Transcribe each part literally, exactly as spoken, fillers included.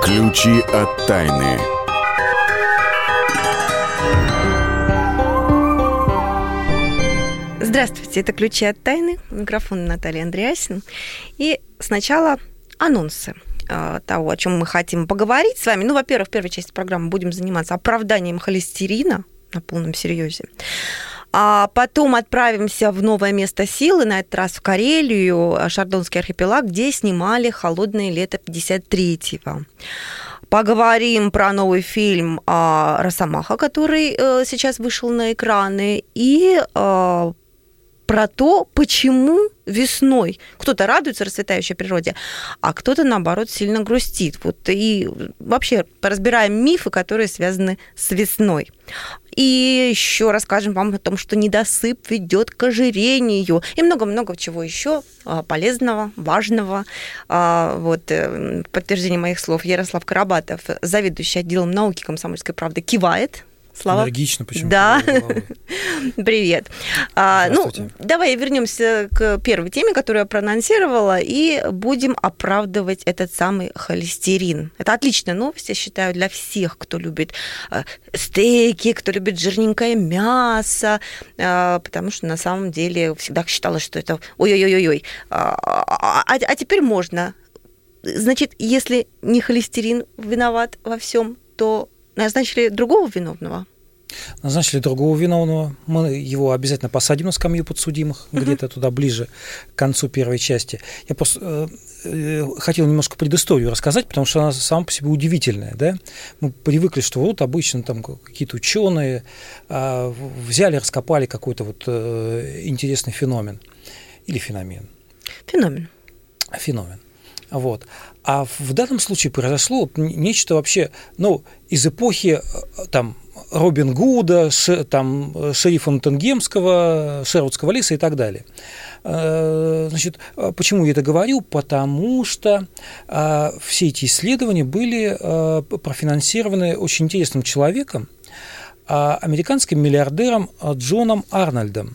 Ключи от тайны. Здравствуйте, это «Ключи от тайны». Микрофон Наталья Андреасин. И сначала анонсы того, о чем мы хотим поговорить с вами. Ну, во-первых, в первой части программы будем заниматься оправданием холестерина на полном серьезе. А потом отправимся в новое место силы, на этот раз в Карелию, Шардонский архипелаг, где снимали «Холодное лето» пятьдесят третьего. Поговорим про новый фильм «Росомаха», который сейчас вышел на экраны, и про то, почему весной кто-то радуется расцветающей природе, а кто-то, наоборот, сильно грустит. Вот, и вообще разбираем мифы, которые связаны с весной. И еще расскажем вам о том, что недосып ведет к ожирению. И много-много чего еще полезного, важного. Вот, подтверждение моих слов. Ярослав Карабатов, заведующий отделом науки «Комсомольской правды», кивает. Слава. Энергично почему-то. Да. Привет. А, ну, давай вернемся к первой теме, которую я проанонсировала, и будем оправдывать этот самый холестерин. Это отличная новость, я считаю, для всех, кто любит стейки, кто любит жирненькое мясо, потому что на самом деле всегда считалось, что это ой-ой-ой-ой. А, а, а теперь можно. Значит, если не холестерин виноват во всем, то назначили другого виновного? Назначили другого виновного. Мы его обязательно посадим на скамью подсудимых, uh-huh. где-то туда ближе к концу первой части. Я просто э, хотел немножко предысторию рассказать, потому что она сама по себе удивительная. Да? Мы привыкли, что вот обычно там какие-то ученые э, взяли, раскопали какой-то вот э, интересный феномен. Или феномен. Феномен. Феномен. Вот. А в данном случае произошло нечто вообще, ну, из эпохи там Робин Гуда, ше, там, шерифа Ноттингемского, Шервудского леса и так далее. Значит, почему я это говорю? Потому что все эти исследования были профинансированы очень интересным человеком, американским миллиардером Джоном Арнольдом.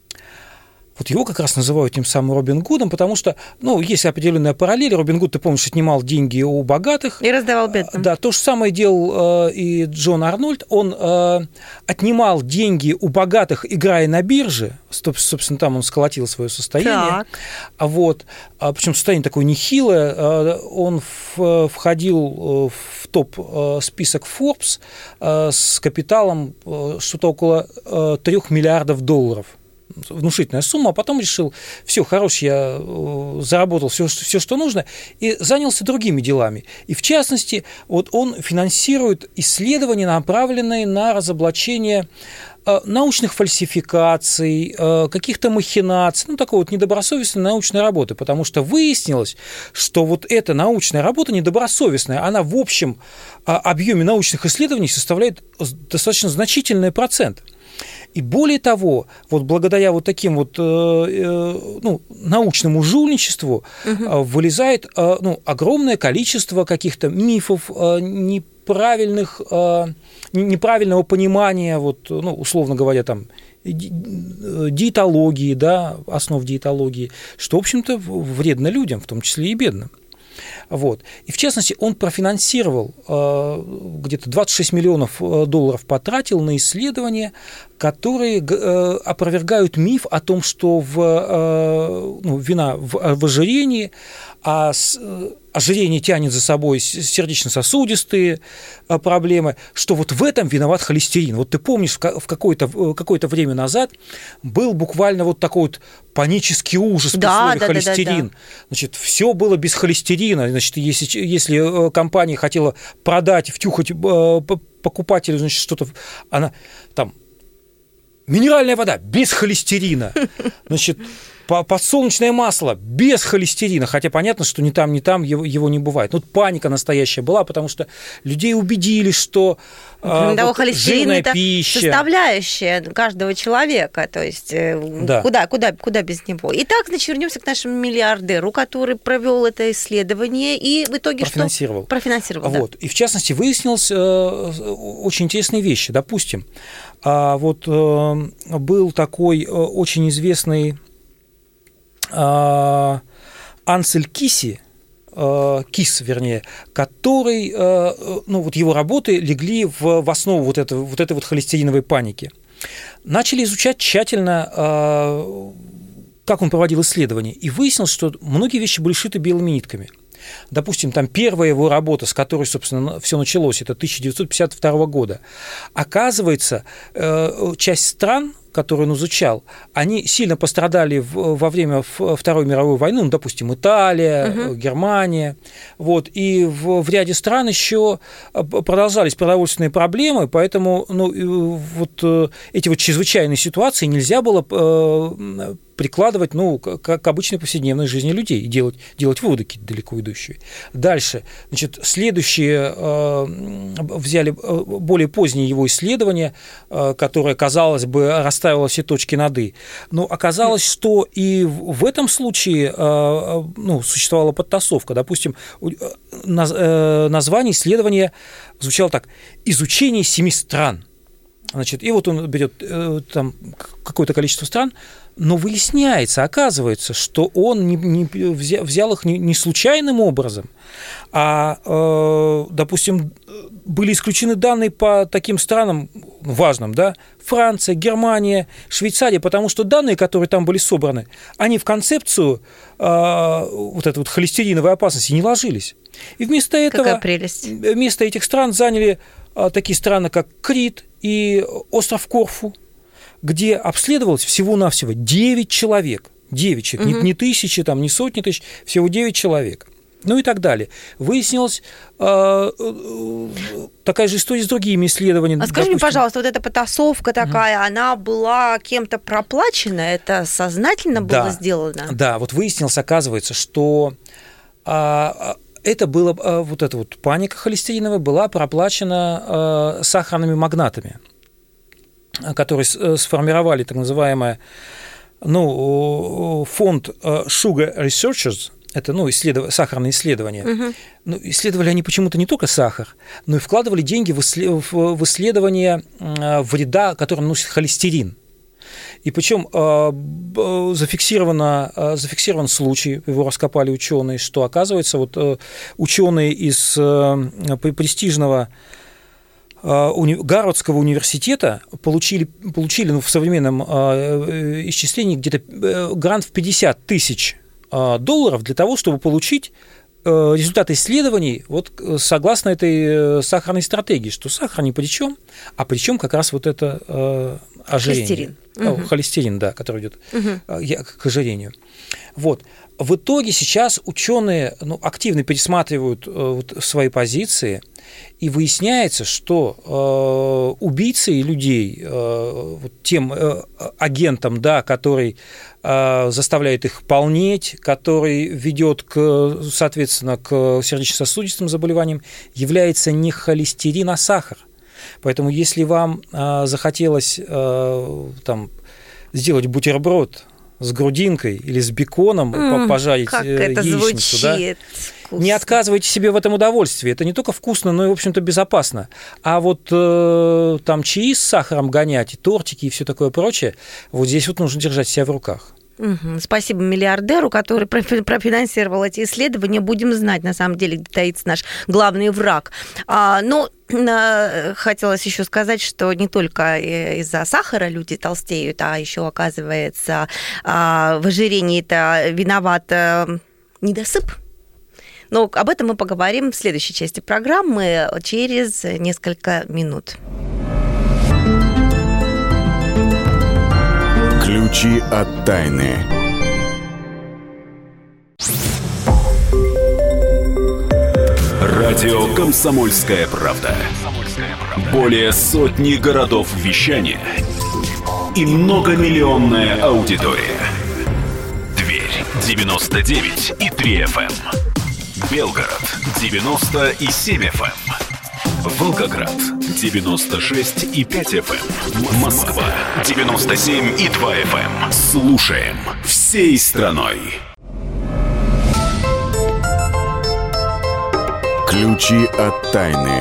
Вот его как раз называют тем самым Робин Гудом, потому что, ну, есть определенная параллель. Робин Гуд, ты помнишь, отнимал деньги у богатых. И раздавал бедным. Да, то же самое делал э, и Джон Арнольд. Он э, отнимал деньги у богатых, играя на бирже. Собственно, там он сколотил свое состояние. Так. А вот, а, причем состояние такое нехилое. А, он в, входил в топ-список Forbes а, с капиталом а, что-то около а, трех миллиардов долларов. Внушительная сумма, а потом решил, все, хорош, я заработал все, все, что нужно, и занялся другими делами. И в частности, вот он финансирует исследования, направленные на разоблачение научных фальсификаций, каких-то махинаций, ну, такой вот недобросовестной научной работы, потому что выяснилось, что вот эта научная работа недобросовестная, она в общем объеме научных исследований составляет достаточно значительный процент. И более того, вот благодаря вот таким вот э, э, ну, научному жульничеству uh-huh. вылезает э, ну, огромное количество каких-то мифов, э, неправильных, э, неправильного понимания, вот, ну, условно говоря, там, диетологии, да, основ диетологии, что, в общем-то, вредно людям, в том числе и бедным. Вот. И в частности, он профинансировал, где-то двадцать шесть миллионов долларов потратил на исследования, которые опровергают миф о том, что в, ну, вина в, в ожирении, а ожирение тянет за собой сердечно-сосудистые проблемы, что вот в этом виноват холестерин. Вот ты помнишь, в какое-то, какое-то время назад был буквально вот такой вот панический ужас при да, слове да, холестерин. Да, да, да. Значит, все было без холестерина. Значит, если, если компания хотела продать, втюхать покупателю, значит, что-то, она там минеральная вода без холестерина. Значит, подсолнечное масло без холестерина, хотя понятно, что ни там, ни там его, его не бывает. Ну, паника настоящая была, потому что людей убедили, что э, да, вот холестерин – это пища, составляющая каждого человека, то есть да. куда, куда, куда без него. Итак, значит, вернемся к нашему миллиардеру, который провел это исследование и в итоге профинансировал. Что? Профинансировал. Вот. Да. И в частности выяснилось э, очень интересные вещи. Допустим, э, вот э, был такой э, очень известный Ансель Киси, Кис, вернее, который, ну, вот его работы легли в, в основу вот, этого, вот этой вот холестериновой паники. Начали изучать тщательно, как он проводил исследования, и выяснилось, что многие вещи были шиты белыми нитками. Допустим, там первая его работа, с которой, собственно, все началось, это тысяча девятьсот пятьдесят второго года. Оказывается, часть стран, которые он изучал, они сильно пострадали во время Второй мировой войны, ну, допустим, Италия, угу. Германия, вот, и в, в ряде стран еще продолжались продовольственные проблемы, поэтому, ну, вот эти вот чрезвычайные ситуации нельзя было прикладывать, ну, к обычной повседневной жизни людей и делать, делать выводы какие-то далеко идущие. Дальше, значит, следующие взяли более поздние его исследования, которые, казалось бы, расставило все точки над «и». Но оказалось, что и в этом случае, ну, существовала подтасовка. Допустим, название исследования звучало так: «Изучение семи стран». Значит, и вот он берет там какое-то количество стран, но выясняется, оказывается, что он не, не взял их не, не случайным образом, а, э, допустим, были исключены данные по таким странам важным, да, Франция, Германия, Швейцария, потому что данные, которые там были собраны, они в концепцию э, вот этой вот холестериновой опасности не ложились. И вместо этого, какая прелесть. Вместо этих стран заняли э, такие страны, как Крит и остров Корфу, где обследовалось всего-навсего девять человек. девять человек, угу. не, не тысячи, там, не сотни тысяч, всего девять человек. Ну и так далее. Выяснилось э, э, такая же история с другими исследованиями. А скажи мне, пожалуйста, вот эта потасовка такая, угу. она была кем-то проплачена? Это сознательно было да, сделано? Да, вот выяснилось, оказывается, что э, это было, э, вот эта вот паника холестериновая была проплачена э, сахарными магнатами, которые сформировали так называемый, ну, фонд Sugar Researchers, это, ну, исследов... сахарные исследования. Угу. Ну, исследовали они почему-то не только сахар, но и вкладывали деньги в, исслед... в исследование вреда, который носит холестерин. И причем зафиксировано, зафиксирован случай, его раскопали ученые, что, оказывается, вот ученые из престижного Гарвардского университета получили, получили ну, в современном э, исчислении где-то грант в пятьдесят тысяч долларов для того, чтобы получить э, результаты исследований вот, согласно этой сахарной стратегии, что сахар ни при чем, а при чем как раз вот это э, ожирение. Холестерин. О, угу. Холестерин, да, который идет угу. к ожирению. Вот. В итоге сейчас ученые ну, активно пересматривают э, вот, свои позиции, и выясняется, что э, убийцей людей, э, вот тем э, агентом, да, который э, заставляет их полнеть, который ведет, к, соответственно, к сердечно-сосудистым заболеваниям, является не холестерин, а сахар. Поэтому если вам э, захотелось э, там, сделать бутерброд с грудинкой или с беконом, mm, пожарить как это яичницу, звучит. Да? Не отказывайте себе в этом удовольствии. Это не только вкусно, но и, в общем-то, безопасно. А вот э, там чаи с сахаром гонять, и тортики, и все такое прочее, вот здесь вот нужно держать себя в руках. Угу. Спасибо миллиардеру, который профинансировал эти исследования. Будем знать, на самом деле, где таится наш главный враг. А, но а, хотелось еще сказать, что не только из-за сахара люди толстеют, а еще, оказывается, а, в ожирении-то виноват а, недосып. Но об этом мы поговорим в следующей части программы через несколько минут. Ключи от тайны. Радио «Комсомольская правда». Более сотни городов вещания и многомиллионная аудитория. Тверь девяносто девять и три эф эм. Белгород девяносто и семь эф эм. Волгоград девяносто шесть и пять эф эм. Москва девяносто семь и два эф эм. Слушаем всей страной. Ключи от тайны.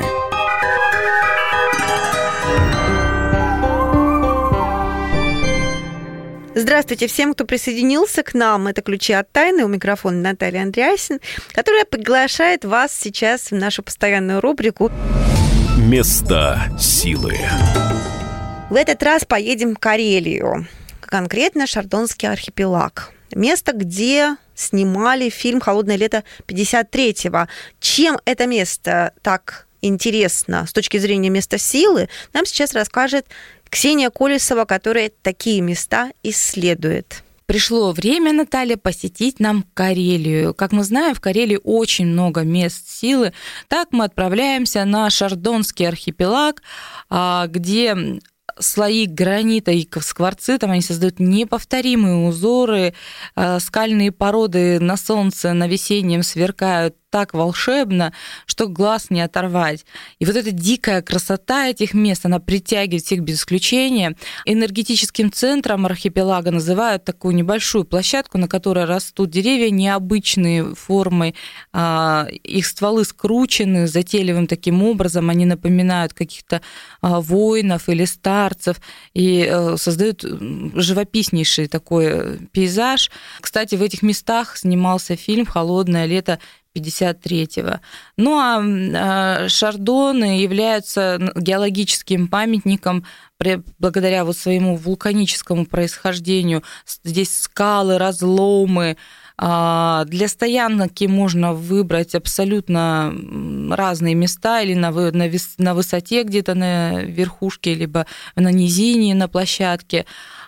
Здравствуйте всем, кто присоединился к нам. Это «Ключи от тайны». У микрофона Наталья Андреасин, которая приглашает вас сейчас в нашу постоянную рубрику «Места силы». В этот раз поедем в Карелию, конкретно Шардонский архипелаг. Место, где снимали фильм «Холодное лето» пятьдесят третьего. Чем это место так интересно с точки зрения места силы, нам сейчас расскажет Ксения Колесова, которая такие места исследует. Пришло время, Наталья, посетить нам Карелию. Как мы знаем, в Карелии очень много мест силы. Так мы отправляемся на Шардонский архипелаг, где слои гранита и скворцитов, они создают неповторимые узоры, скальные породы на солнце, на весеннем сверкают так волшебно, что глаз не оторвать. И вот эта дикая красота этих мест, она притягивает всех без исключения. Энергетическим центром архипелага называют такую небольшую площадку, на которой растут деревья необычной формы. Их стволы скручены затейливым таким образом, они напоминают каких-то воинов или старцев и создают живописнейший такой пейзаж. Кстати, в этих местах снимался фильм «Холодное лето» пятьдесят третьего. Ну а Шардоны являются геологическим памятником благодаря вот своему вулканическому происхождению. Здесь скалы, разломы. Для стоянки можно выбрать абсолютно разные места, или на, на, на высоте где-то на верхушке, либо на низине, на площадке.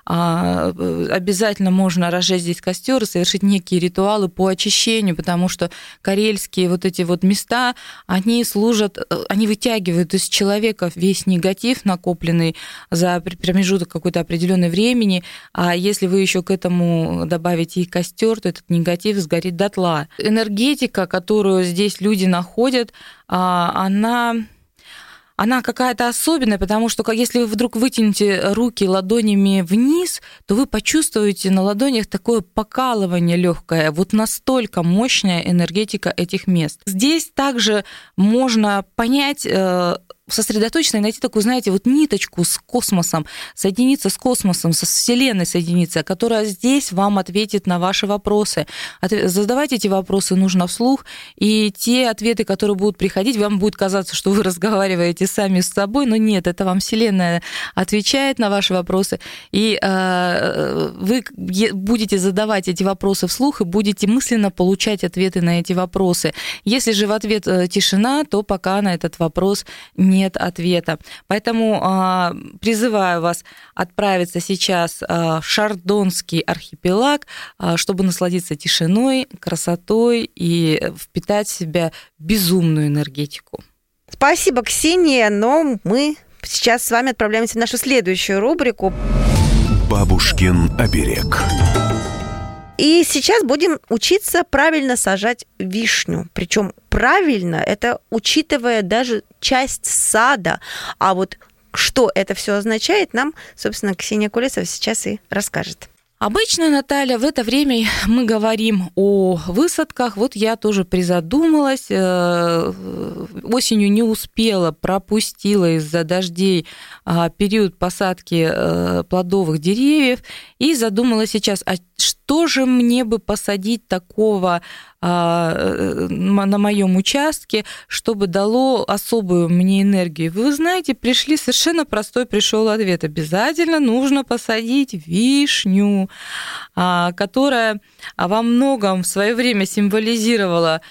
Обязательно можно разжечь здесь костер и совершить некие ритуалы по очищению, потому что карельские вот эти вот места, они служат, они вытягивают из человека весь негатив, накопленный за промежуток какой-то определенной времени, а если вы еще к этому добавите и костер, то этот негатив сгорит дотла. Энергетика, которую здесь люди находят, она... она какая-то особенная, потому что если вы вдруг вытянете руки ладонями вниз, то вы почувствуете на ладонях такое покалывание легкое. Вот настолько мощная энергетика этих мест. Здесь также можно понять, сосредоточиться и найти такую, знаете, вот ниточку с космосом, соединиться с космосом, со Вселенной соединиться, которая здесь вам ответит на ваши вопросы. Задавайте эти вопросы нужно вслух, и те ответы, которые будут приходить, вам будет казаться, что вы разговариваете сами с собой, но нет, это вам Вселенная отвечает на ваши вопросы, и э, вы будете задавать эти вопросы вслух и будете мысленно получать ответы на эти вопросы. Если же в ответ тишина, то пока на этот вопрос не нет ответа. Поэтому э, призываю вас отправиться сейчас в Шардонский архипелаг, э, чтобы насладиться тишиной, красотой и впитать в себя безумную энергетику. Спасибо, Ксения, но мы сейчас с вами отправляемся в нашу следующую рубрику «Бабушкин оберег». И сейчас будем учиться правильно сажать вишню. Причем правильно, это учитывая даже часть сада. А вот что это все означает, нам, собственно, Ксения Колесова сейчас и расскажет. Обычно, Наталья, в это время мы говорим о высадках. Вот я тоже призадумалась, осенью не успела, пропустила из-за дождей период посадки плодовых деревьев и задумалась сейчас, а что же мне бы посадить такого на моем участке, чтобы дало особую мне энергию. Вы знаете, пришли совершенно простой пришел ответ. Обязательно нужно посадить вишню, которая во многом в свое время символизировала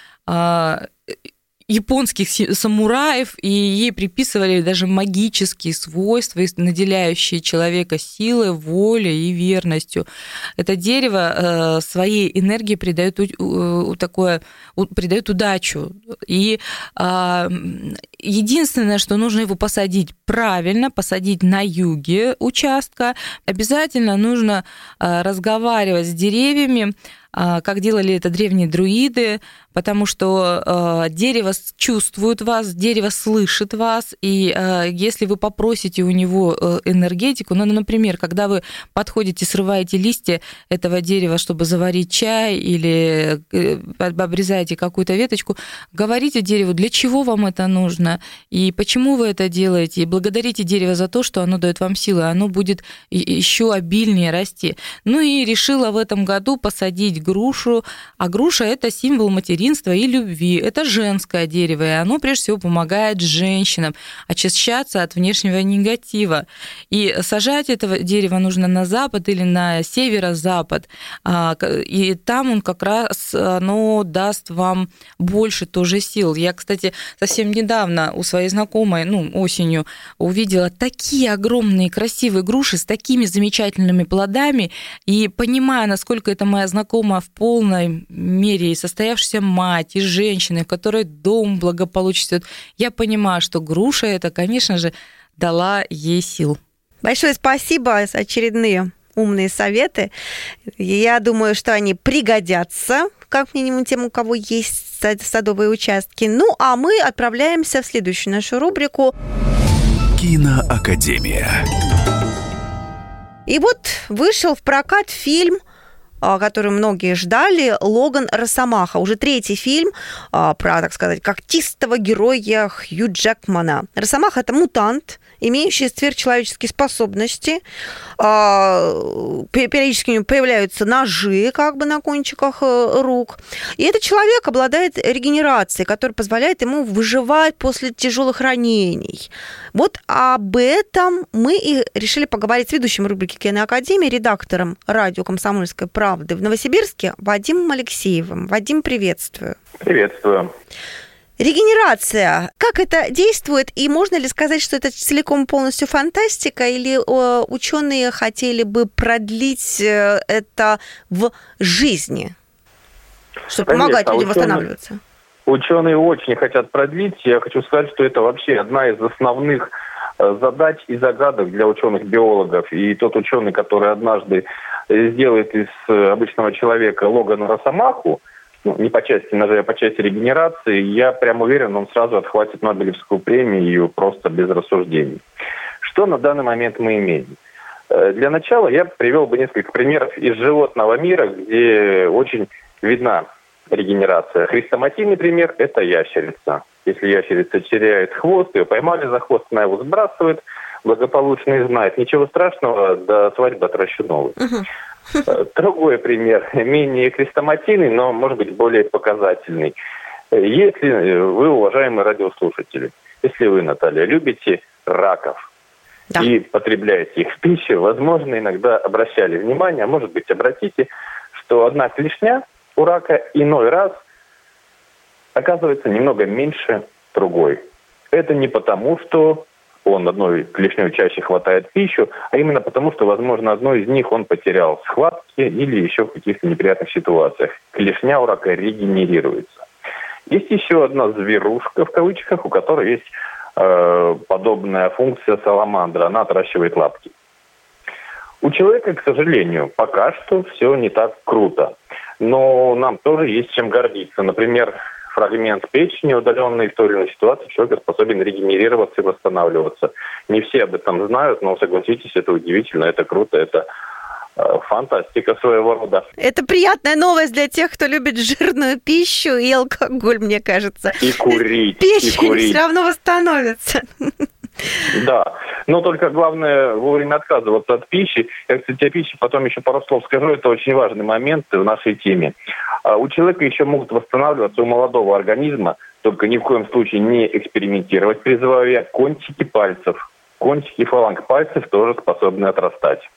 японских самураев, и ей приписывали даже магические свойства, наделяющие человека силой, волей и верностью. Это дерево своей энергии придает такое, придает удачу. И единственное, что нужно его посадить правильно, посадить на юге участка. Обязательно нужно разговаривать с деревьями, как делали это древние друиды, потому что дерево чувствует вас, дерево слышит вас, и если вы попросите у него энергетику, ну, например, когда вы подходите, срываете листья этого дерева, чтобы заварить чай, или обрезаете какую-то веточку, говорите дереву, для чего вам это нужно, и почему вы это делаете, и благодарите дерево за то, что оно дает вам силы, оно будет еще обильнее расти. Ну и решила в этом году посадить грушу, а груша – это символ материнства и любви, это женское дерево, и оно прежде всего помогает женщинам очищаться от внешнего негатива. И сажать этого дерева нужно на запад или на северо-запад, и там он как раз, оно даст вам больше тоже сил. Я, кстати, совсем недавно у своей знакомой, ну, осенью, увидела такие огромные красивые груши с такими замечательными плодами, и понимая, насколько это моя знакомая в полной мере и состоявшаяся мать, и женщина, которая дом благополучит, я понимаю, что груша это, конечно же, дала ей сил. Большое спасибо за очередные умные советы. Я думаю, что они пригодятся, как минимум тем, у кого есть садовые участки. Ну, а мы отправляемся в следующую нашу рубрику «Киноакадемия». И вот вышел в прокат фильм, который многие ждали, «Логан Росомаха». Уже третий фильм про, так сказать, когтистого героя Хью Джекмана. Росомаха – это мутант, имеющий сверхчеловеческие способности. Периодически у него появляются ножи как бы на кончиках рук. И этот человек обладает регенерацией, которая позволяет ему выживать после тяжелых ранений. Вот об этом мы и решили поговорить с ведущим рубрики «Киноакадемия», редактором радио «Комсомольская правда» в Новосибирске Вадимом Алексеевым. Вадим, приветствую. Приветствую. Регенерация. Как это действует? И можно ли сказать, что это целиком полностью фантастика? Или ученые хотели бы продлить это в жизни, чтобы Конечно, помогать людям ученые, восстанавливаться? Ученые очень хотят продлить. Я хочу сказать, что это вообще одна из основных задач и загадок для ученых-биологов. И тот ученый, который однажды сделает из обычного человека Логана Росомаху, ну, не по части ножей, а по части регенерации, я прям уверен, он сразу отхватит Нобелевскую премию просто без рассуждений. Что на данный момент мы имеем? Для начала я привел бы несколько примеров из животного мира, где очень видна регенерация. Хрестоматийный пример – это ящерица. Если ящерица теряет хвост, ее поймали за хвост, она его сбрасывает, благополучно и знает. Ничего страшного, до свадьбы отращу новый. Uh-huh. Другой пример, менее хрестоматийный, но, может быть, более показательный. Если вы, уважаемые радиослушатели, если вы, Наталья, любите раков, да, и потребляете их в пищу, возможно, иногда обращали внимание, а может быть, обратите, что одна клешня у рака иной раз оказывается немного меньше другой. Это не потому, что он одной клешней чаще хватает пищу, а именно потому, что, возможно, одной из них он потерял в схватке или еще в каких-то неприятных ситуациях. Клешня у рака регенерируется. Есть еще одна зверушка, в кавычках, у которой есть э, подобная функция саламандра. Она отращивает лапки. У человека, к сожалению, пока что все не так круто. Но нам тоже есть чем гордиться. Например, фрагмент печени, удаленный в той или иной ситуации, человек способен регенерироваться и восстанавливаться. Не все об этом знают, но, согласитесь, это удивительно, это круто, это э, фантастика своего рода. Это приятная новость для тех, кто любит жирную пищу и алкоголь, мне кажется. И курить, Печень и курить. все равно восстановится. Да, но только главное вовремя отказываться от пищи. Я, кстати, о пище потом еще пару слов скажу, это очень важный момент в нашей теме. У человека еще могут восстанавливаться, у молодого организма, только ни в коем случае не экспериментировать, призываю я, кончики пальцев. Кончики фаланг пальцев тоже способны отрастать.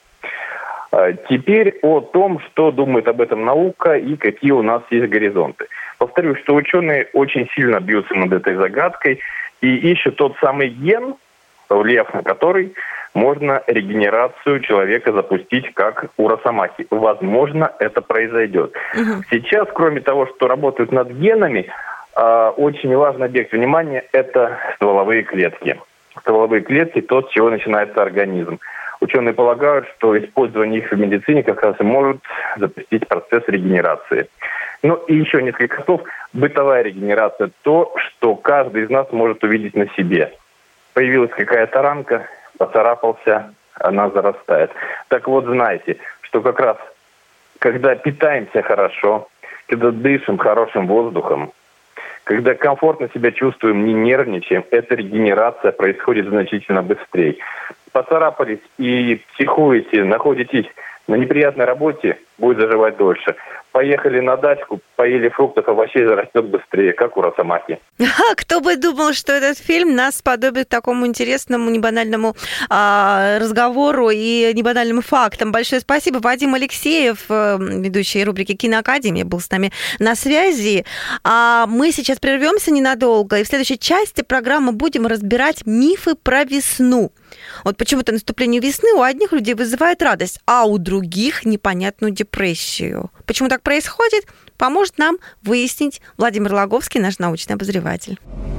Теперь о том, что думает об этом наука и какие у нас есть горизонты. Повторюсь, что ученые очень сильно бьются над этой загадкой и ищут тот самый ген, повлияв на который можно регенерацию человека запустить, как у росомахи. Возможно, это произойдет. Угу. Сейчас, кроме того, что работают над генами, очень важный объект внимания – это стволовые клетки. Стволовые клетки – то, с чего начинается организм. Ученые полагают, что использование их в медицине как раз и может запустить процесс регенерации. Ну и еще несколько слов. Бытовая регенерация – то, что каждый из нас может увидеть на себе. Появилась какая-то ранка, поцарапался, она зарастает. Так вот, знайте, что как раз когда питаемся хорошо, когда дышим хорошим воздухом, когда комфортно себя чувствуем, не нервничаем, эта регенерация происходит значительно быстрее. Поцарапались и психуете, находитесь на неприятной работе, будет заживать дольше. Поехали на дачку, поели фруктов, овощей, зарастет быстрее, как у росомахи. Кто бы думал, что этот фильм нас сподобит такому интересному, небанальному а, разговору и небанальным фактам. Большое спасибо. Вадим Алексеев, ведущий рубрики «Киноакадемия», был с нами на связи. А мы сейчас прервемся ненадолго, и в следующей части программы будем разбирать мифы про весну. Вот почему-то наступление весны у одних людей вызывает радость, а у других непонятную депрессию. Почему так происходит, поможет нам выяснить Владимир Логовский, наш научный обозреватель.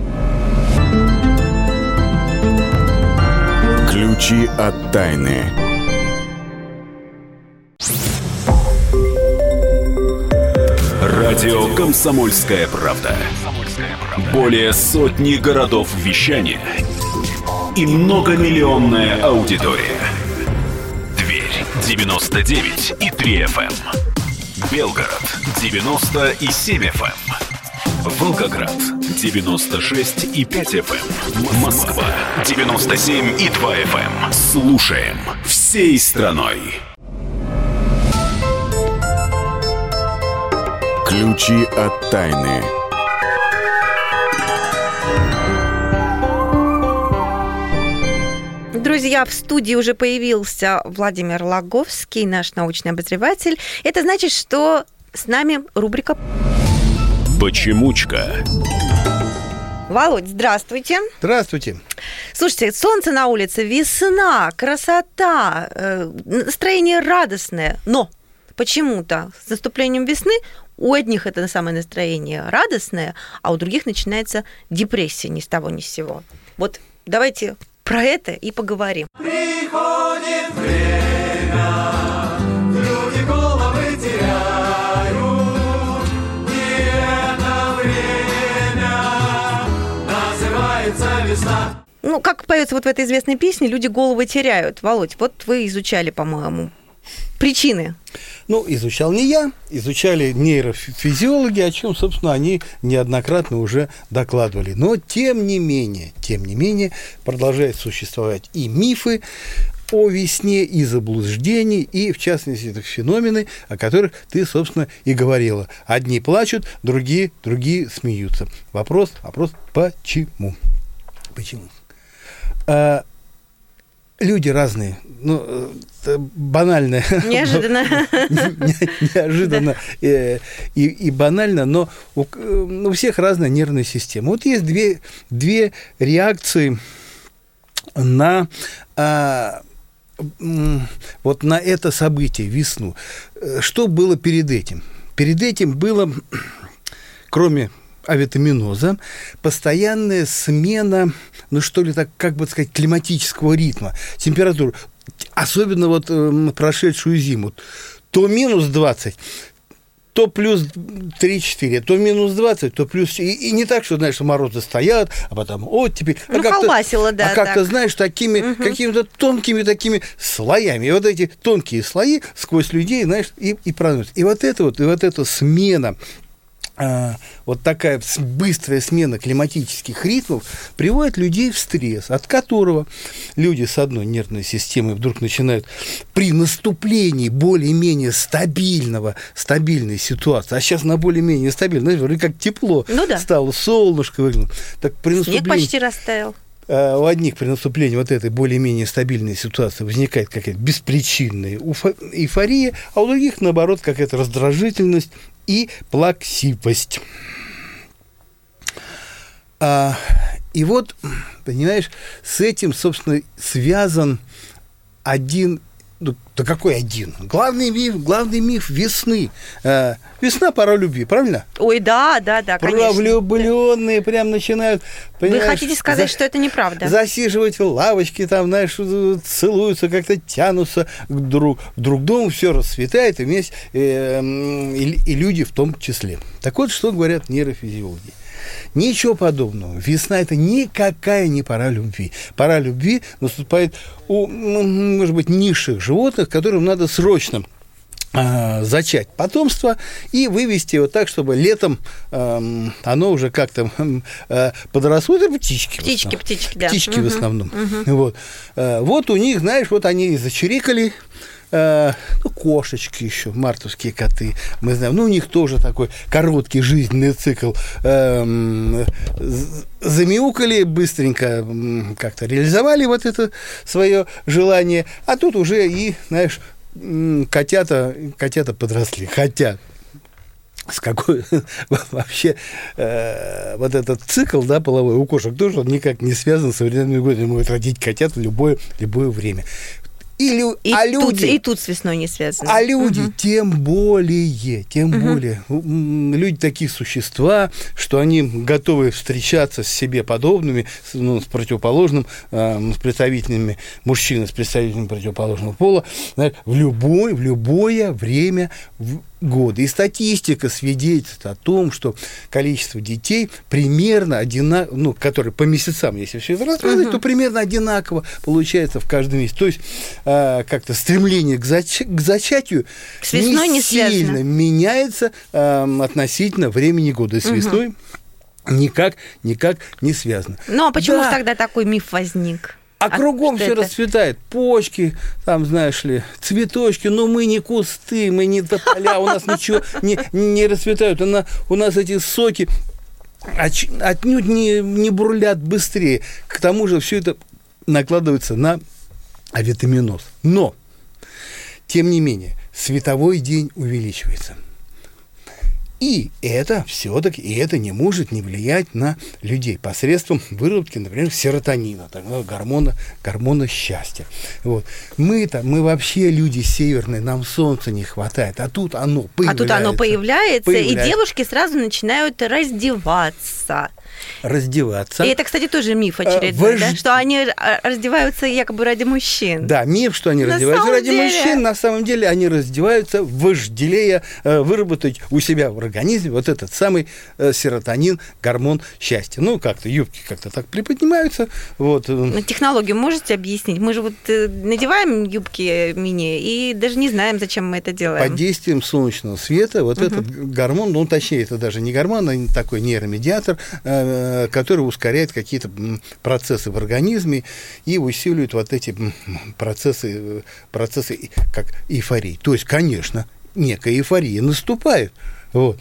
Ключи от тайны. Радио «Комсомольская правда». Более сотни городов вещания и многомиллионная аудитория. Тверь девяносто девять и три эф эм. Белгород девяносто и семь эф эм. Волгоград девяносто шесть и пять эф эм. Москва девяносто семь и два эф эм. Слушаем всей страной. Ключи от тайны. Друзья, в студии уже появился Владимир Логовский, наш научный обозреватель. Это значит, что с нами рубрика «Почемучка». Володь, здравствуйте. Здравствуйте. Слушайте, солнце на улице, весна, красота, настроение радостное. Но почему-то с наступлением весны у одних это самое настроение радостное, а у других начинается депрессия ни с того ни с сего. Вот давайте про это и поговорим. Приходит время, люди головы теряют, и это время называется весна. Ну, как поется вот в этой известной песне, люди головы теряют. Володь, вот вы изучали, по-моему, причины. Ну, изучал не я, изучали нейрофизиологи, о чем, собственно, они неоднократно уже докладывали. Но, тем не менее, тем не менее, продолжают существовать и мифы о весне, и заблуждения, и, в частности, это феномены, о которых ты, собственно, и говорила. Одни плачут, другие, другие смеются. Вопрос, вопрос, почему? Почему? А, люди разные. Ну, банально. Неожиданно. Неожиданно и, и, и банально, но у, у всех разная нервная система. Вот есть две, две реакции на, а, вот на это событие, весну. Что было перед этим? Перед этим было, кроме авитаминоза, постоянная смена, ну что ли, так, как бы сказать, климатического ритма, температуры. Особенно вот э, прошедшую зиму. То минус двадцать, то плюс три-четыре, то минус двадцать, то плюс... И, и не так, что, знаешь, что морозы стоят, а потом вот теперь... Ну, а колбасило, да. А как-то, знаешь, такими, угу. какими-то тонкими такими слоями. И вот эти тонкие слои сквозь людей, знаешь, и, и проносят. И вот это вот, и вот эта смена... А, вот такая быстрая смена климатических ритмов приводит людей в стресс, от которого люди с одной нервной системой вдруг начинают при наступлении более-менее стабильного, стабильной ситуации, а сейчас на более-менее стабильной, вроде как тепло ну, да. стало, солнышко выглянуло. Так при наступлении... Снег почти растаял. У одних при наступлении вот этой более-менее стабильной ситуации возникает какая-то беспричинная эйфория, а у других, наоборот, какая-то раздражительность и плаксивость. А, и вот, понимаешь, с этим, собственно, связан один, ну, Да какой один? Главный миф, главный миф весны. А, весна – пора любви, правильно? Ой, да, да, да, конечно. Влюбленные прям начинают... Вы хотите сказать, за... что это неправда? Засиживать в лавочке, там, знаешь, целуются, как-то тянутся друг к друг другу, все расцветает, и, вместе, э, и, и люди в том числе. Так вот, что говорят нейрофизиологи. Ничего подобного. Весна – это никакая не пора любви. Пора любви наступает у, может быть, низших животных, которым надо срочно э, зачать потомство и вывести его так, чтобы летом э, оно уже как-то э, подросло. Это птички. Птички, птички, да. Птички угу, в основном. Угу. Вот. Э, вот у них, знаешь, вот они и зачирикали. Ну, кошечки еще, мартовские коты, мы знаем, ну, у них тоже такой короткий жизненный цикл. Эм, замяукали, быстренько как-то реализовали вот это свое желание, а тут уже и, знаешь, котята, котята подросли, хотя с какой вообще э, вот этот цикл, да, половой у кошек тоже он никак не связан с современными годами, могут родить котят в любое, любое время. И, и, а тут, люди, и тут с весной не связано. А люди угу. тем более, тем угу. более. Люди такие существа, что они готовы встречаться с себе подобными, ну, с противоположным, э, с представителями мужчины, с представителями противоположного пола, знаешь, в, любой, в любое время года. И статистика свидетельствует о том, что количество детей примерно одинаково, ну, которые по месяцам, если все это рассматривать, uh-huh. то примерно одинаково получается в каждом месяце. То есть э, как-то стремление к, зач- к зачатию с весной не, не сильно связано. меняется э, относительно времени года. И с uh-huh. весной никак, никак не связано. Ну, а почему да. тогда такой миф возник? А, а кругом все это? Расцветает. Почки, там, знаешь ли, цветочки. Но мы не кусты, мы не тополя, у нас ничего не, не расцветают. У нас эти соки отнюдь не, не бурлят быстрее. К тому же все это накладывается на авитаминоз. Но, тем не менее, световой день увеличивается. И это все-таки, и это не может не влиять на людей посредством выработки, например, серотонина, такого гормона, гормона счастья. Вот. Мы-то, мы вообще люди северные, нам солнца не хватает, а тут оно появляется. А тут оно появляется, появляется. И девушки сразу начинают раздеваться. Раздеваться. И это, кстати, тоже миф очередной, Вож... да? Что они раздеваются якобы ради мужчин. Да, миф, что они на раздеваются ради деле... мужчин. На самом деле они раздеваются, вожделея э, выработать у себя в организме вот этот самый э, серотонин, гормон счастья. Ну, как-то юбки как-то так приподнимаются. Вот. Технологию можете объяснить? Мы же вот надеваем юбки мини и даже не знаем, зачем мы это делаем. Под действием солнечного света вот угу. этот гормон, ну, точнее, это даже не гормон, а такой нейромедиатор, э, который ускоряет какие-то процессы в организме и усиливает вот эти процессы, процессы как эйфории. То есть, конечно, некая эйфория наступает. Вот.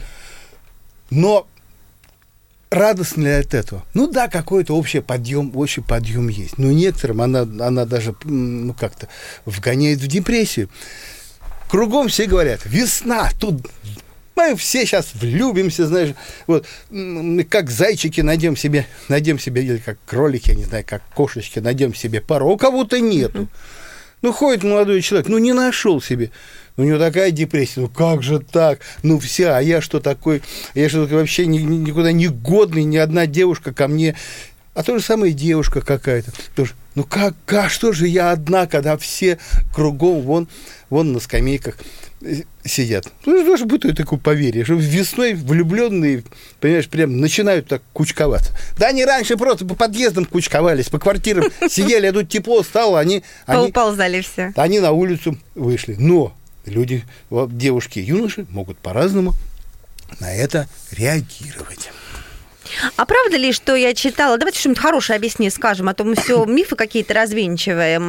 Но радостно ли от этого? Ну да, какой-то общий подъем, общий подъем есть. Но некоторым она, она даже ну, как-то вгоняет в депрессию. Кругом все говорят, весна, тут... Мы все сейчас влюбимся, знаешь, вот, как зайчики найдем себе, найдем себе, или как кролики, я не знаю, как кошечки, найдем себе пару, а у кого-то нету. Ну, ходит молодой человек, ну, не нашел себе, у него такая депрессия, ну, как же так, ну, вся, а я что такой, я что такой вообще ни, никуда не годный, ни одна девушка ко мне, а то же самое девушка какая-то, тоже, ну, как, как, что же я одна, когда все кругом, вон, вон на скамейках сидят. Ну, тоже будет такое поверье, что весной влюбленные, понимаешь, прям начинают так кучковаться. Да они раньше просто по подъездам кучковались, по квартирам сидели, а тут тепло стало, они... Поуползали все. Они на улицу вышли. Но люди, девушки и юноши могут по-разному на это реагировать. А правда ли, что я читала... Давайте что-нибудь хорошее объясни, скажем, а то мы все мифы какие-то развенчиваем.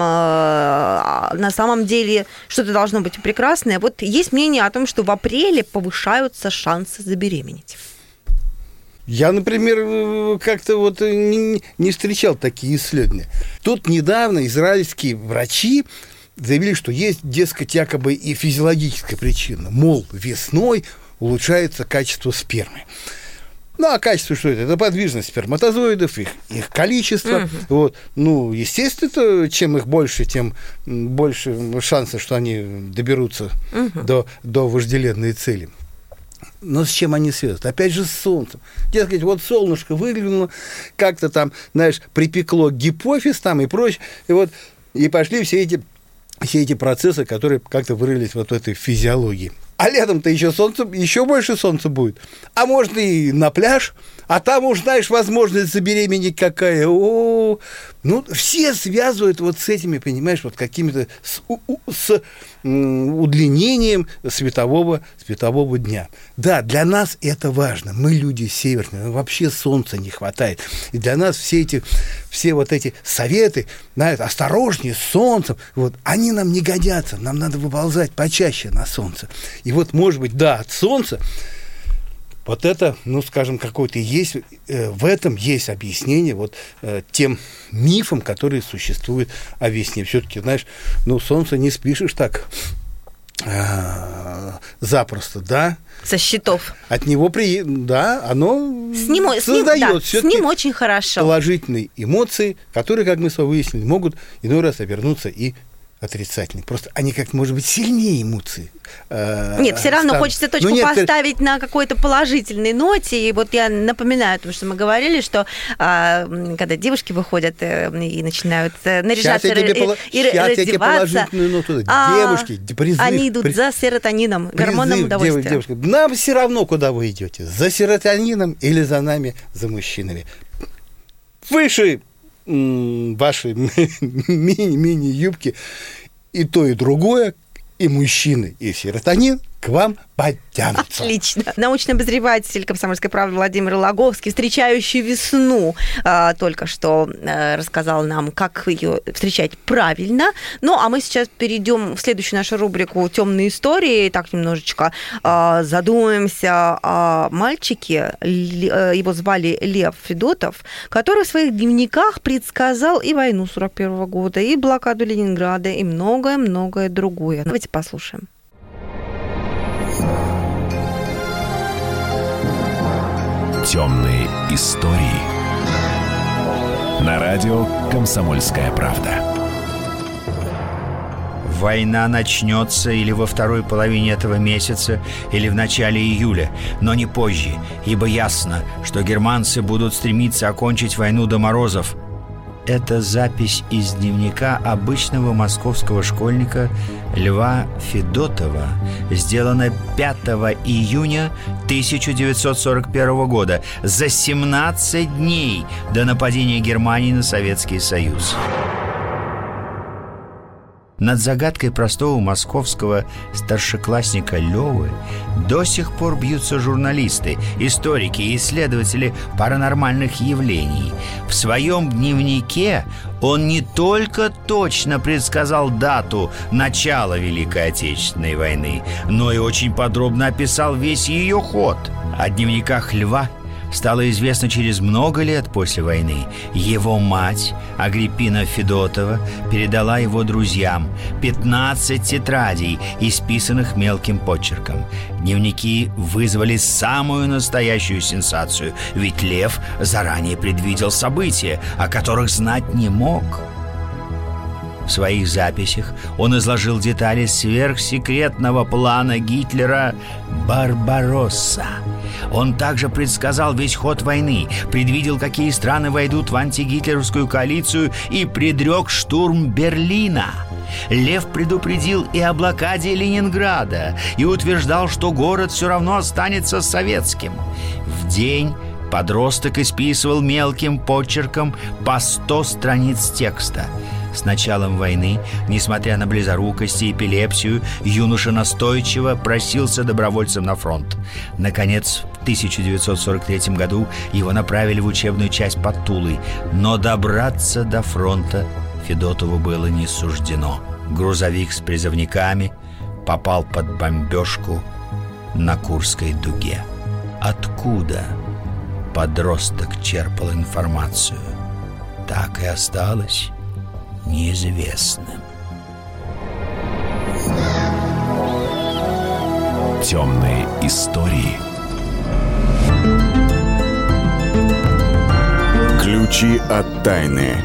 На самом деле что-то должно быть прекрасное. Вот есть мнение о том, что в апреле повышаются шансы забеременеть. Я, например, как-то вот не, не встречал такие исследования. Тут недавно израильские врачи заявили, что есть, дескать, якобы и физиологическая причина. Мол, весной улучшается качество спермы. Ну, а качество что это? Это подвижность сперматозоидов, их, их количество. Угу. Вот. Ну, естественно, чем их больше, тем больше шансов, что они доберутся угу. до, до вожделенной цели. Но с чем они связаны? Опять же, с солнцем. Дескать, вот солнышко выглянуло, как-то там, знаешь, припекло гипофиз там и прочее. И вот и пошли все эти, все эти процессы, которые как-то вырылись вот в этой физиологии. А летом-то еще солнце, еще больше солнца будет. А можно и на пляж, а там уж, знаешь, возможность забеременеть какая. О-о-о. Ну, все связывают вот с этими, понимаешь, вот какими-то с, с удлинением светового, светового дня. Да, для нас это важно. Мы люди северные, вообще солнца не хватает. И для нас все эти, все вот эти советы, знаешь, осторожнее с солнцем, вот, они нам не годятся. Нам надо выползать почаще на солнце. И вот, может быть, да, от солнца вот это, ну, скажем, какое-то есть, э, в этом есть объяснение вот э, тем мифам, которые существуют о весне. Все-таки, знаешь, ну, солнце не спишешь так э, запросто, да? Со счетов. От него, при... да, оно с ним, создает с ним, да, с ним очень хорошо положительные эмоции, которые, как мы с вами выяснили, могут иной раз обернуться и отрицательные. Просто они как-то, может быть, сильнее эмоции. Э, Нет, все равно станут. хочется точку нет, поставить на какой-то положительной ноте. И вот я напоминаю, потому что мы говорили, что э, когда девушки выходят э, и начинают э, наряжаться и, пола... и раздеваться, ноту, а, девушки, призыв, они идут приз... за серотонином, гормоном призыв, удовольствия. Девушка, нам все равно, куда вы идете, за серотонином или за нами, за мужчинами. Выше ваши мини-мини-юбки, и то, и другое, и мужчины, и серотонин к вам подтянутся. Отлично. Научный обозреватель «Комсомольской правды» Владимир Логовский, встречающий весну, только что рассказал нам, как ее встречать правильно. Ну, а мы сейчас перейдем в следующую нашу рубрику «Темные истории». Так немножечко задумаемся о мальчике. Его звали Лев Федотов, который в своих дневниках предсказал и войну сорок первого года, и блокаду Ленинграда, и многое-многое другое. Давайте послушаем. Темные истории. На радио «Комсомольская правда». Война начнется или во второй половине этого месяца, или в начале июля, но не позже, ибо ясно, что германцы будут стремиться окончить войну до морозов. Это запись из дневника обычного московского школьника Льва Федотова, сделана пятого июня тысяча девятьсот сорок первого года, за семнадцать дней до нападения Германии на Советский Союз. Над загадкой простого московского старшеклассника Лёвы до сих пор бьются журналисты, историки и исследователи паранормальных явлений. В своем дневнике он не только точно предсказал дату начала Великой Отечественной войны, но и очень подробно описал весь ее ход. О дневниках Льва стало известно через много лет после войны. Его мать, Агриппина Федотова, передала его друзьям пятнадцать тетрадей, исписанных мелким почерком. Дневники вызвали самую настоящую сенсацию, ведь Лев заранее предвидел события, о которых знать не мог. В своих записях он изложил детали сверхсекретного плана Гитлера «Барбаросса». Он также предсказал весь ход войны, предвидел, какие страны войдут в антигитлеровскую коалицию, и предрек штурм Берлина. Лев предупредил и о блокаде Ленинграда и утверждал, что город все равно останется советским. В день подросток исписывал мелким почерком по сто страниц текста. С началом войны, несмотря на близорукость и эпилепсию, юноша настойчиво просился добровольцем на фронт. Наконец, в тысяча девятьсот сорок третьем году его направили в учебную часть под Тулой, но добраться до фронта Федотову было не суждено. Грузовик с призывниками попал под бомбежку на Курской дуге. Откуда подросток черпал информацию, так и осталось неизвестным. Темные истории. Ключи от тайны.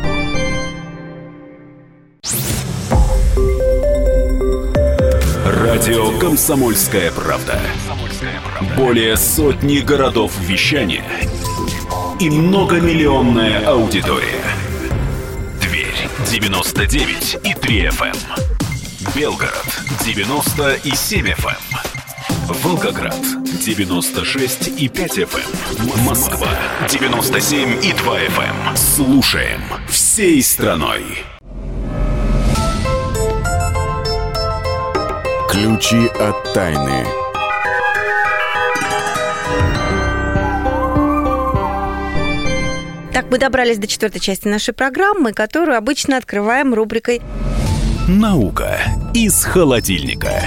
Радио «Комсомольская правда». Более сотни городов вещания и многомиллионная аудитория. Тверь девяносто девять и три эф эм. Белгород девяносто и семь эф эм. Волгоград девяносто шесть и пять эф эм. Москва девяносто семь и два эф эм. Слушаем всей страной. Ключи от тайны. Так, мы добрались до четвертой части нашей программы, которую обычно открываем рубрикой «Наука из холодильника».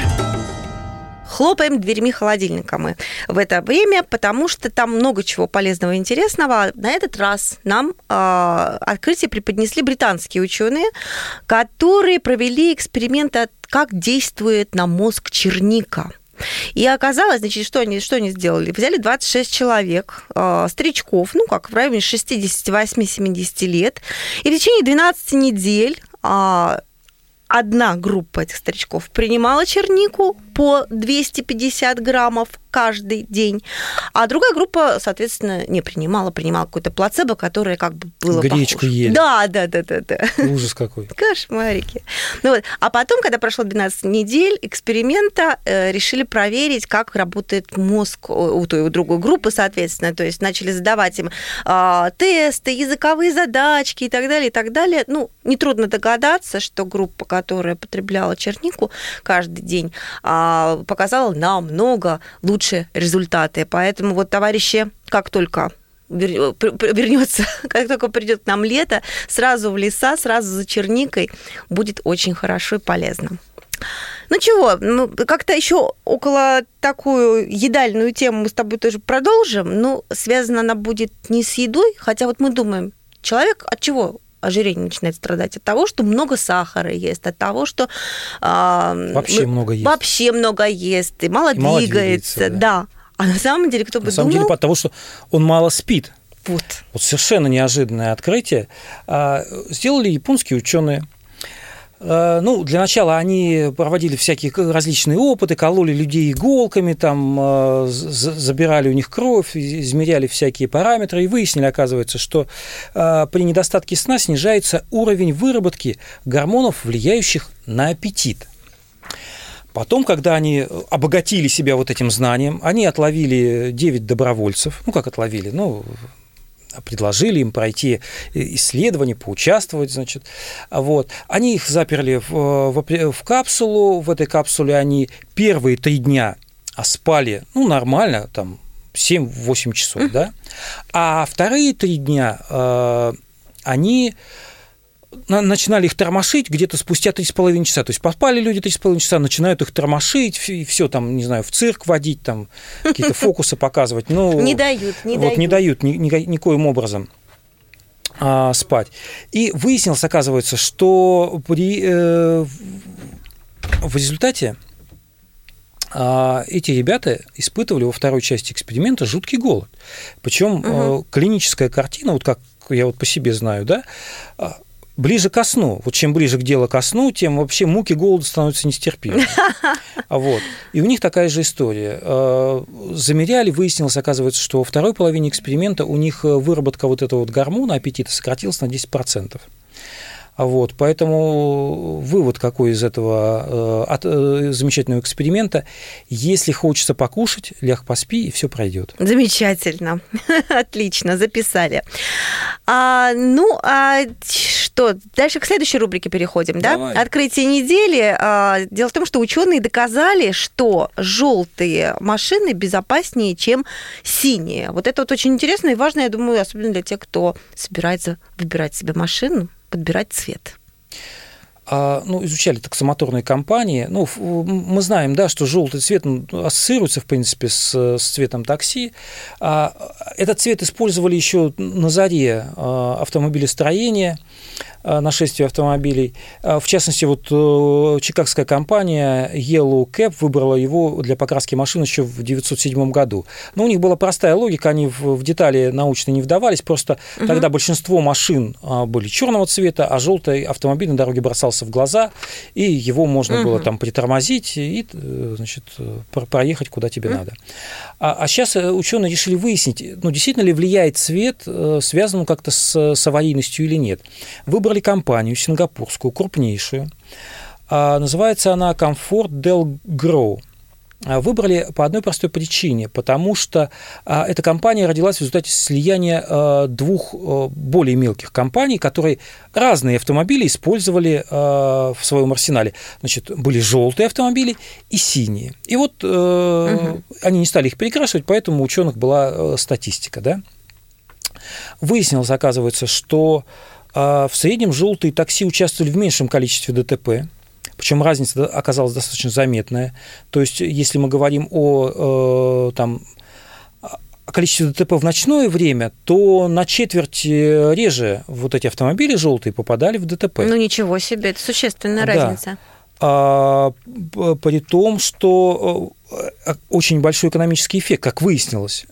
Хлопаем дверьми холодильника мы в это время, потому что там много чего полезного и интересного. На этот раз нам э, открытие преподнесли британские ученые, которые провели эксперимент, как действует на мозг черника. И оказалось, значит, что они, что они сделали? Взяли двадцать шесть человек, э, старичков, ну, как в районе шестьдесят восемь - семьдесят лет, и в течение двенадцати недель э, одна группа этих старичков принимала чернику по двести пятьдесят граммов каждый день, а другая группа, соответственно, не принимала, принимала какое-то плацебо, которое как бы было Гречку похоже. ели. Да, да, да, да, да. Ужас какой. Кошмарики. Ну вот. А потом, когда прошло двенадцать недель эксперимента, э, решили проверить, как работает мозг у той и у другой группы, соответственно. То есть начали задавать им э, тесты, языковые задачки и так далее, и так далее. Ну, нетрудно догадаться, что группа, которая потребляла чернику каждый день, э, показала намного лучше результаты. Поэтому вот, товарищи, как только вернется, как только придет к нам лето, сразу в леса, сразу за черникой будет очень хорошо и полезно. Ну чего, ну, как-то еще около такую едальную тему мы с тобой тоже продолжим, но связана она будет не с едой, хотя вот мы думаем, человек от чего ожирение начинает страдать? От того, что много сахара ест, от того, что э, вообще много ест. Вообще много ест, и мало, и двигается, мало двигается. Да. да. А на самом деле, кто бы на думал... На самом деле, от того, что он мало спит. Вот. Вот совершенно неожиданное открытие. Сделали японские ученые. Ну, для начала они проводили всякие различные опыты, кололи людей иголками, там, забирали у них кровь, измеряли всякие параметры и выяснили, оказывается, что при недостатке сна снижается уровень выработки гормонов, влияющих на аппетит. Потом, когда они обогатили себя вот этим знанием, они отловили девять добровольцев. Ну, как отловили? Ну, предложили им пройти исследование, поучаствовать, значит. Вот. Они их заперли в, в, в капсулу. В этой капсуле они первые три дня спали, ну, нормально, там, семь-восемь часов, mm-hmm. да. А вторые три дня э, они... начинали их тормошить где-то спустя три с половиной часа. То есть поспали люди три с половиной часа, начинают их тормошить, и все там, не знаю, в цирк водить, там какие-то фокусы показывать. Ну, не дают, не вот, дают. Не дают ни, ни, никоим образом а, спать. И выяснилось, оказывается, что при, э, в результате а, эти ребята испытывали во второй части эксперимента жуткий голод. Причем угу. э, клиническая картина, вот как я вот по себе знаю, да, ближе ко сну. Вот чем ближе к делу ко сну, тем вообще муки голода становятся нестерпимыми. Вот. И у них такая же история. Замеряли, выяснилось, оказывается, что во второй половине эксперимента у них выработка вот этого вот гормона аппетита сократилась на десять процентов. Вот, поэтому вывод какой из этого от, замечательного эксперимента: если хочется покушать, ляг поспи, и все пройдет. Замечательно, отлично, записали. А, ну, а что, дальше к следующей рубрике переходим, да? Давай. Открытие недели. А, дело в том, что ученые доказали, что желтые машины безопаснее, чем синие. Вот это вот очень интересно и важно, я думаю, особенно для тех, кто собирается выбирать себе машину, подбирать цвет. А, ну, изучали таксомоторные компании. Ну, мы знаем, да, что желтый цвет ассоциируется, в принципе, с, с цветом такси. А, этот цвет использовали еще на заре автомобилестроения. нашествия автомобилей. В частности, вот чикагская компания Yellow Cab выбрала его для покраски машин еще в девятьсот седьмом году. Но у них была простая логика, они в детали научные не вдавались, просто угу. тогда большинство машин были черного цвета, а желтый автомобиль на дороге бросался в глаза, и его можно угу. было там притормозить и, значит, проехать куда тебе угу. надо. А, а сейчас ученые решили выяснить, ну, действительно ли влияет цвет, связан он как-то с, с аварийностью или нет. Выбрали компанию сингапурскую, крупнейшую. Называется она Comfort Del Grow. Выбрали по одной простой причине, потому что эта компания родилась в результате слияния двух более мелких компаний, которые разные автомобили использовали в своем арсенале. Значит, были желтые автомобили и синие. И вот угу. они не стали их перекрашивать, поэтому у ученых была статистика, да? Выяснилось, оказывается, что в среднем желтые такси участвовали в меньшем количестве ДТП, причем разница оказалась достаточно заметная. То есть, если мы говорим о, там, о количестве ДТП в ночное время, то на четверть реже вот эти автомобили желтые попадали в ДТП. Ну, ничего себе, это существенная да. разница. А, при том, что очень большой экономический эффект, как выяснилось,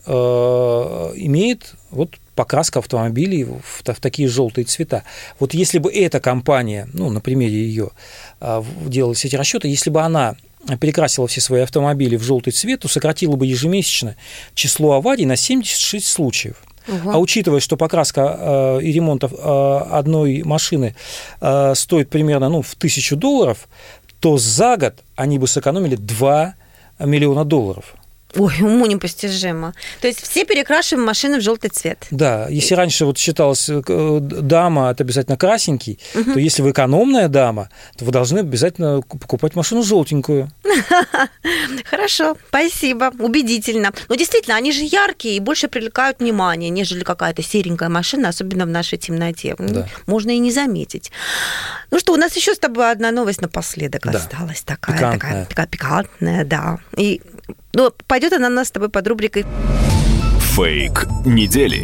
имеет вот покраска автомобилей в, в такие желтые цвета. Вот если бы эта компания, ну, на примере ее делались эти расчеты, если бы она перекрасила все свои автомобили в желтый цвет, то сократила бы ежемесячно число аварий на семьдесят шесть случаев. Угу. А учитывая, что покраска э, и ремонт э, одной машины э, стоит примерно ну, в тысячу долларов, то за год они бы сэкономили два миллиона долларов. Ой, уму непостижимо. То есть все перекрашиваем машины в желтый цвет. Да, если раньше вот считалось, дама – это обязательно красненький, угу. то если вы экономная дама, то вы должны обязательно покупать машину желтенькую. Хорошо, спасибо, убедительно. Но действительно, они же яркие и больше привлекают внимание, нежели какая-то серенькая машина, особенно в нашей темноте. Да. Можно и не заметить. Ну что, у нас еще с тобой одна новость напоследок да. осталась. Такая, пикантная. Такая, такая пикантная, да. И ну, пойдет она у нас с тобой под рубрикой «Фейк недели».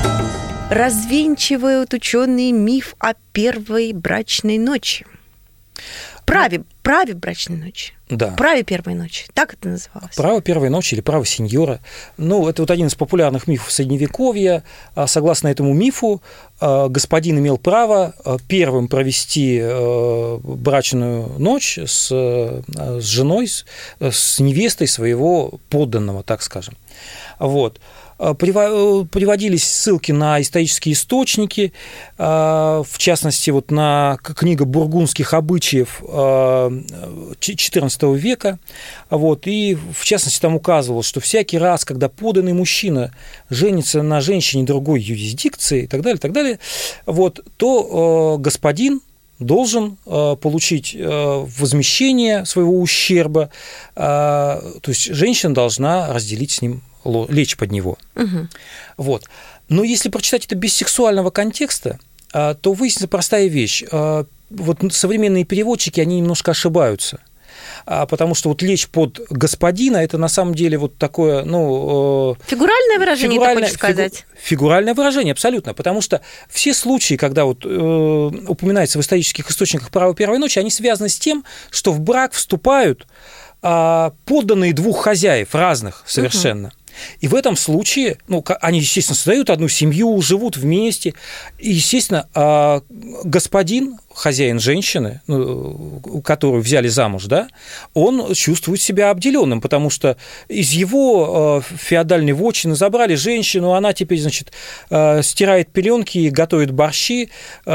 Развенчивают ученые миф о первой брачной ночи. Праве, праве брачной ночи. Да. Праве первой ночи. Так это называлось. Право первой ночи или право сеньора. Ну, это вот один из популярных мифов Средневековья. Согласно этому мифу, господин имел право первым провести брачную ночь с, с женой, с невестой своего подданного, так скажем. Вот. Приводились ссылки на исторические источники, в частности, вот на книгу бургундских обычаев четырнадцатого века, вот, и в частности там указывалось, что всякий раз, когда подданный мужчина женится на женщине другой юрисдикции и так далее, и так далее, вот, то господин должен получить возмещение своего ущерба, то есть женщина должна разделить с ним, лечь под него. Угу. Вот. Но если прочитать это без сексуального контекста, то выяснится простая вещь. Вот современные переводчики, они немножко ошибаются. Потому что вот лечь под господина – это на самом деле вот такое, ну… Фигуральное выражение, фигуральное, ты хочешь сказать? Фигу, фигуральное выражение, абсолютно. Потому что все случаи, когда вот, э, упоминается в исторических источниках право первой ночи, они связаны с тем, что в брак вступают э, подданные двух хозяев, разных совершенно. Угу. И в этом случае, ну, они, естественно, создают одну семью, живут вместе. И, естественно, господин, хозяин женщины, которую взяли замуж, да, он чувствует себя обделенным, потому что из его феодальной вотчины забрали женщину, она теперь, значит, стирает пеленки, готовит борщи.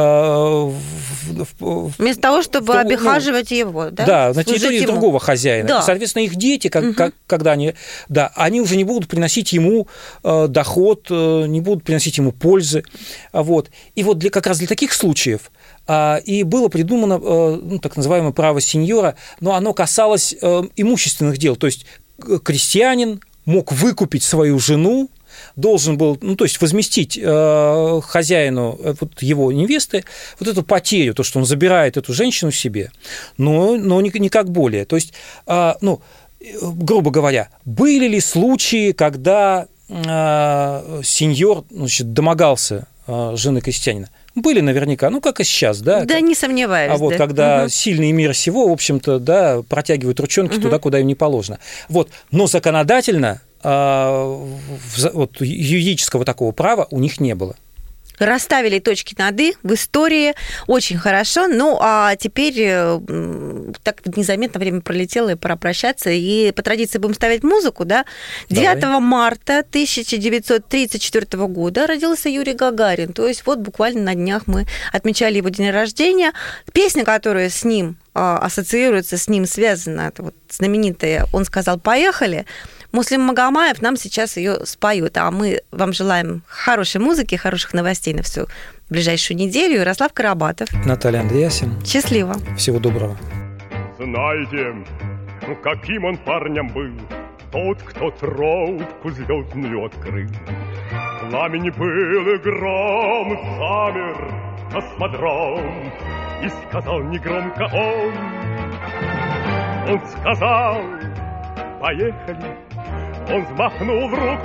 Вместо того, чтобы в, обихаживать ну, его, да? Да, на территории ему. другого хозяина. Да. Соответственно, их дети, как, угу. как, когда они, да, они уже не будут приносить ему э, доход, э, не будут приносить ему пользы. Вот. И вот для, как раз для таких случаев э, и было придумано э, ну, так называемое право сеньора, но оно касалось э, имущественных дел. То есть крестьянин мог выкупить свою жену, должен был, ну, то есть возместить э, хозяину э, вот его невесты вот эту потерю, то, что он забирает эту женщину себе, но, но никак более. То есть, э, ну, грубо говоря, были ли случаи, когда э, сеньор, значит, домогался э, жены крестьянина. Были наверняка, ну, как и сейчас, да? Да, не сомневаюсь. А вот да. когда угу. сильный мир сего, в общем-то, да, протягивают ручонки угу. туда, куда им не положено. Вот. Но законодательно э, вот, юридического такого права у них не было. Расставили точки над «и» в истории. Очень хорошо. Ну, а теперь так незаметно время пролетело, и пора прощаться. И по традиции будем ставить музыку, да? девятого марта тысяча девятьсот тридцать четвёртого года родился Юрий Гагарин. То есть вот буквально на днях мы отмечали его день рождения. Песня, которая с ним ассоциируется, с ним связана, это вот знаменитая «Он сказал, поехали». Муслим Магомаев нам сейчас ее споет, а мы вам желаем хорошей музыки, хороших новостей на всю ближайшую неделю. Ярослав Карабатов. Наталья Андреасин. Счастливо. Всего доброго. Знаете, ну каким он парнем был, тот, кто тропку звездную открыл. Пламени был и гром, замер космодром, и сказал негромко он, он сказал, поехали. Он взмахнул рукой,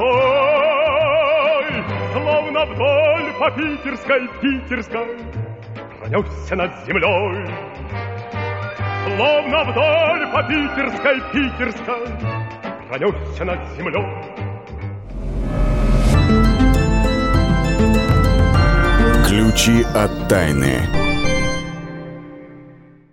словно вдоль по питерской, питерской пронесся над землей. Словно вдоль по питерской, питерской пронесся над землей. Ключи от тайны.